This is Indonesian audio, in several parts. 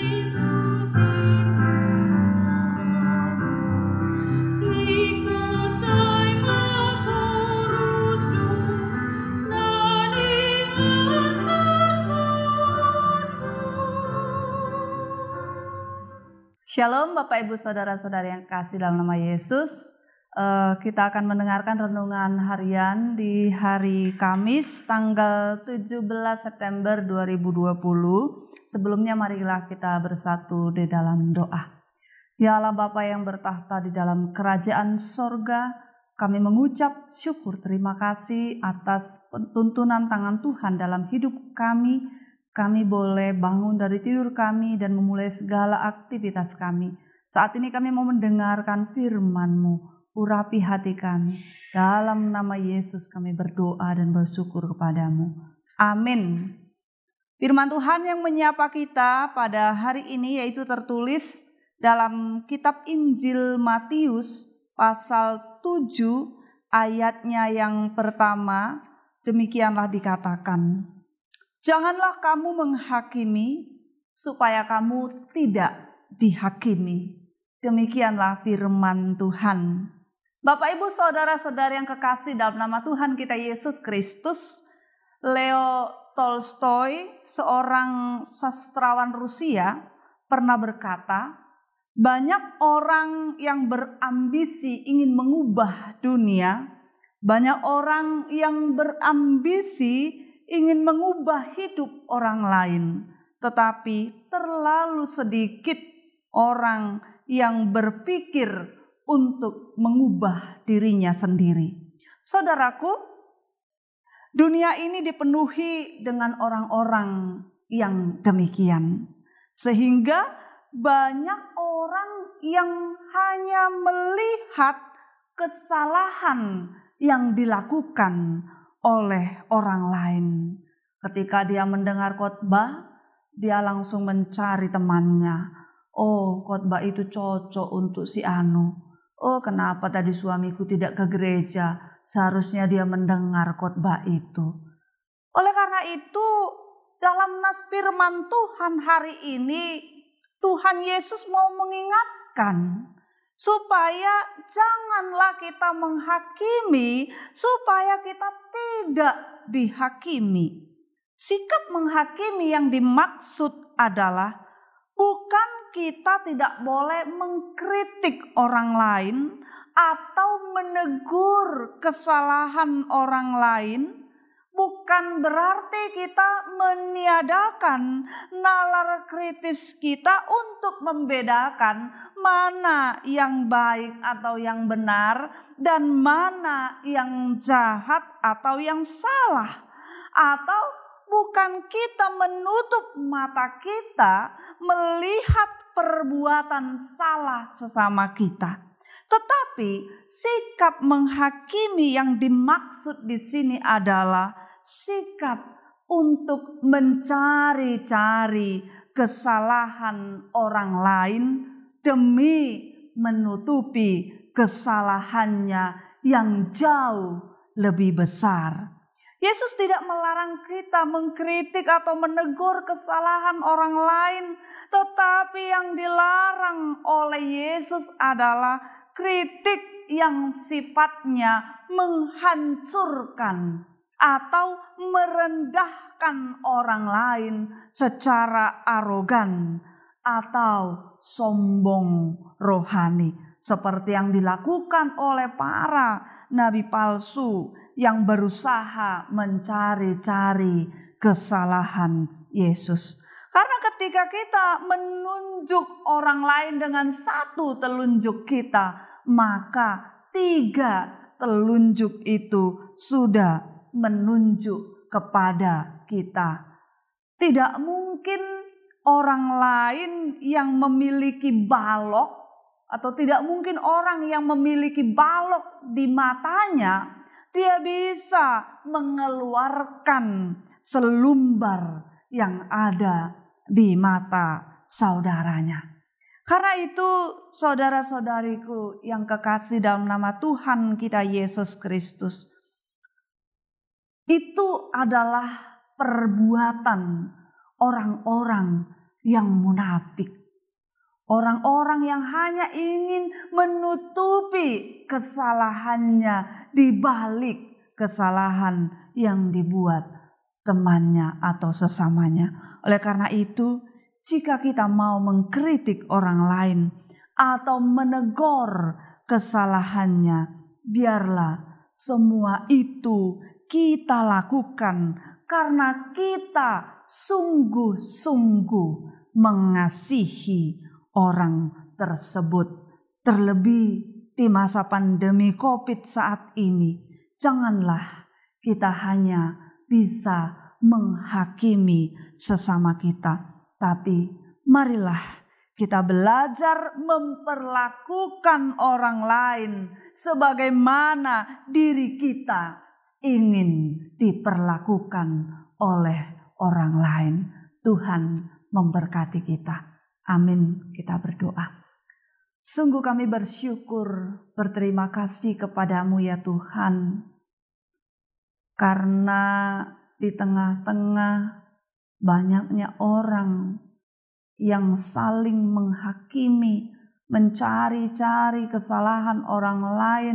Shalom Bapak Ibu Saudara-saudari yang kasih dalam nama Yesus. Kita akan mendengarkan renungan harian di hari Kamis tanggal 17 September 2020. Sebelumnya marilah kita bersatu di dalam doa. Ya Allah Bapa yang bertahta di dalam kerajaan sorga, kami mengucap syukur terima kasih atas tuntunan tangan Tuhan dalam hidup kami. Kami boleh bangun dari tidur kami dan memulai segala aktivitas kami. Saat ini kami mau mendengarkan firman-Mu. Urapi hati kami. Dalam nama Yesus kami berdoa dan bersyukur kepadamu. Amin. Firman Tuhan yang menyapa kita pada hari ini yaitu tertulis dalam kitab Injil Matius pasal 7 ayatnya yang pertama. Demikianlah dikatakan. Janganlah kamu menghakimi supaya kamu tidak dihakimi. Demikianlah firman Tuhan. Bapak Ibu Saudara-saudari yang kekasih dalam nama Tuhan kita Yesus Kristus, Leo Tolstoy, seorang sastrawan Rusia, pernah berkata, banyak orang yang berambisi ingin mengubah dunia, banyak orang yang berambisi ingin mengubah hidup orang lain, tetapi terlalu sedikit orang yang berpikir untuk mengubah dirinya sendiri. Saudaraku, dunia ini dipenuhi dengan orang-orang yang demikian, sehingga banyak orang yang hanya melihat kesalahan yang dilakukan oleh orang lain. Ketika dia mendengar khotbah, dia langsung mencari temannya. Oh, khotbah itu cocok untuk si Anu. Oh, kenapa tadi suamiku tidak ke gereja? Seharusnya dia mendengar khotbah itu. Oleh karena itu, dalam nas firman Tuhan hari ini, Tuhan Yesus mau mengingatkan supaya janganlah kita menghakimi, supaya kita tidak dihakimi. Sikap menghakimi yang dimaksud adalah bukan kita tidak boleh mengkritik orang lain atau menegur kesalahan orang lain. Bukan berarti kita meniadakan nalar kritis kita untuk membedakan mana yang baik atau yang benar dan mana yang jahat atau yang salah. Atau bukan kita menutup mata kita melihat perbuatan salah sesama kita. Tetapi sikap menghakimi yang dimaksud di sini adalah sikap untuk mencari-cari kesalahan orang lain demi menutupi kesalahannya yang jauh lebih besar. Yesus tidak melarang kita mengkritik atau menegur kesalahan orang lain, tetapi yang dilarang oleh Yesus adalah kritik yang sifatnya menghancurkan atau merendahkan orang lain secara arogan atau sombong rohani, seperti yang dilakukan oleh para nabi palsu yang berusaha mencari-cari kesalahan Yesus. Karena ketika kita menunjuk orang lain dengan satu telunjuk kita, maka 3 telunjuk itu sudah menunjuk kepada kita. Tidak mungkin orang lain yang memiliki balok atau tidak mungkin orang yang memiliki balok di matanya, dia bisa mengeluarkan selumbar yang ada di mata saudaranya. Karena itu saudara-saudariku yang kekasih dalam nama Tuhan kita Yesus Kristus, itu adalah perbuatan orang-orang yang munafik. Orang-orang yang hanya ingin menutupi kesalahannya di balik kesalahan yang dibuat temannya atau sesamanya. Oleh karena itu, jika kita mau mengkritik orang lain atau menegur kesalahannya, biarlah semua itu kita lakukan karena kita sungguh-sungguh mengasihi orang tersebut. Terlebih di masa pandemi COVID saat ini, janganlah kita hanya bisa menghakimi sesama kita, tapi marilah kita belajar memperlakukan orang lain sebagaimana diri kita ingin diperlakukan oleh orang lain. Tuhan memberkati kita. Amin. Kita berdoa. Sungguh kami bersyukur, berterima kasih kepadamu ya Tuhan. Karena di tengah-tengah banyaknya orang yang saling menghakimi, mencari-cari kesalahan orang lain,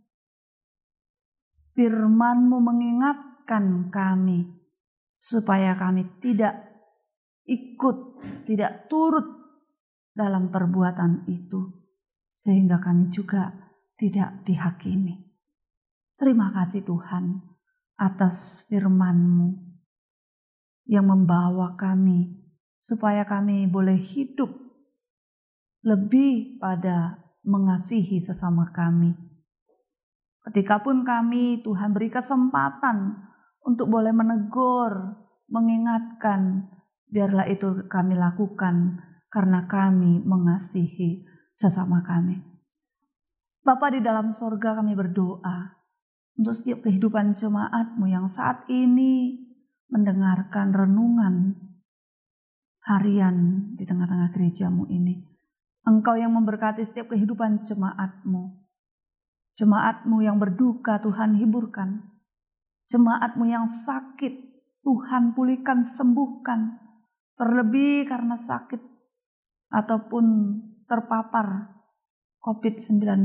firman-Mu mengingatkan kami supaya kami tidak ikut, tidak turut dalam perbuatan itu, sehingga kami juga tidak dihakimi. Terima kasih Tuhan atas firman-Mu yang membawa kami supaya kami boleh hidup lebih pada mengasihi sesama kami. Ketikapun kami, Tuhan beri kesempatan untuk boleh menegur, mengingatkan, biarlah itu kami lakukan karena kami mengasihi sesama kami. Bapa di dalam sorga, kami berdoa untuk setiap kehidupan jemaat-Mu yang saat ini mendengarkan renungan harian di tengah-tengah gereja-Mu ini. Engkau yang memberkati setiap kehidupan jemaat-Mu. Jemaat-Mu yang berduka, Tuhan hiburkan. Jemaat-Mu yang sakit, Tuhan pulihkan, sembuhkan. Terlebih karena sakit ataupun terpapar COVID-19.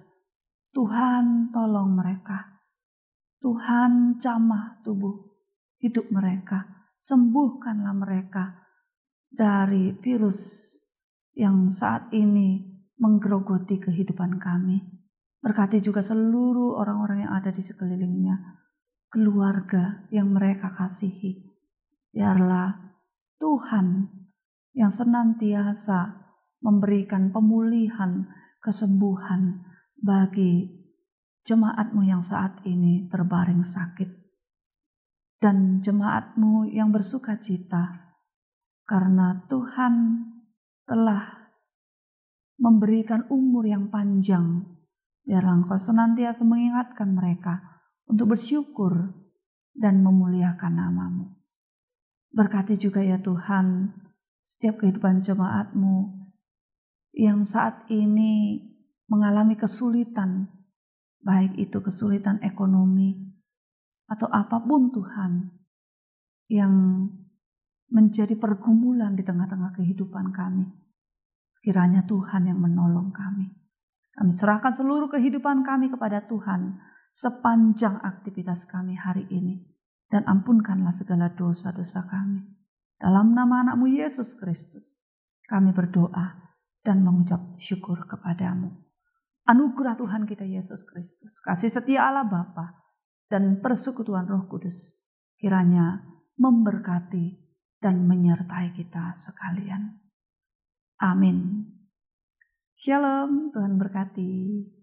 Tuhan tolong mereka. Tuhan jamah tubuh hidup mereka. Sembuhkanlah mereka dari virus yang saat ini menggerogoti kehidupan kami. Berkati juga seluruh orang-orang yang ada di sekelilingnya, keluarga yang mereka kasihi. Biarlah Tuhan yang senantiasa memberikan pemulihan, kesembuhan bagi jemaat-Mu yang saat ini terbaring sakit. Dan jemaat-Mu yang bersuka cita karena Tuhan telah memberikan umur yang panjang. Biarlah Engkau senantiasa mengingatkan mereka untuk bersyukur dan memuliakan nama-Mu. Berkati juga ya Tuhan setiap kehidupan jemaat-Mu yang saat ini mengalami kesulitan, baik itu kesulitan ekonomi atau apapun Tuhan yang menjadi pergumulan di tengah-tengah kehidupan kami. Kiranya Tuhan yang menolong kami. Kami serahkan seluruh kehidupan kami kepada Tuhan sepanjang aktivitas kami hari ini. Dan ampunkanlah segala dosa-dosa kami. Dalam nama anak-Mu Yesus Kristus, kami berdoa dan mengucap syukur kepadamu. Anugerah Tuhan kita Yesus Kristus, kasih setia Allah Bapa, dan persekutuan Roh Kudus, kiranya memberkati dan menyertai kita sekalian. Amin. Shalom, Tuhan berkati.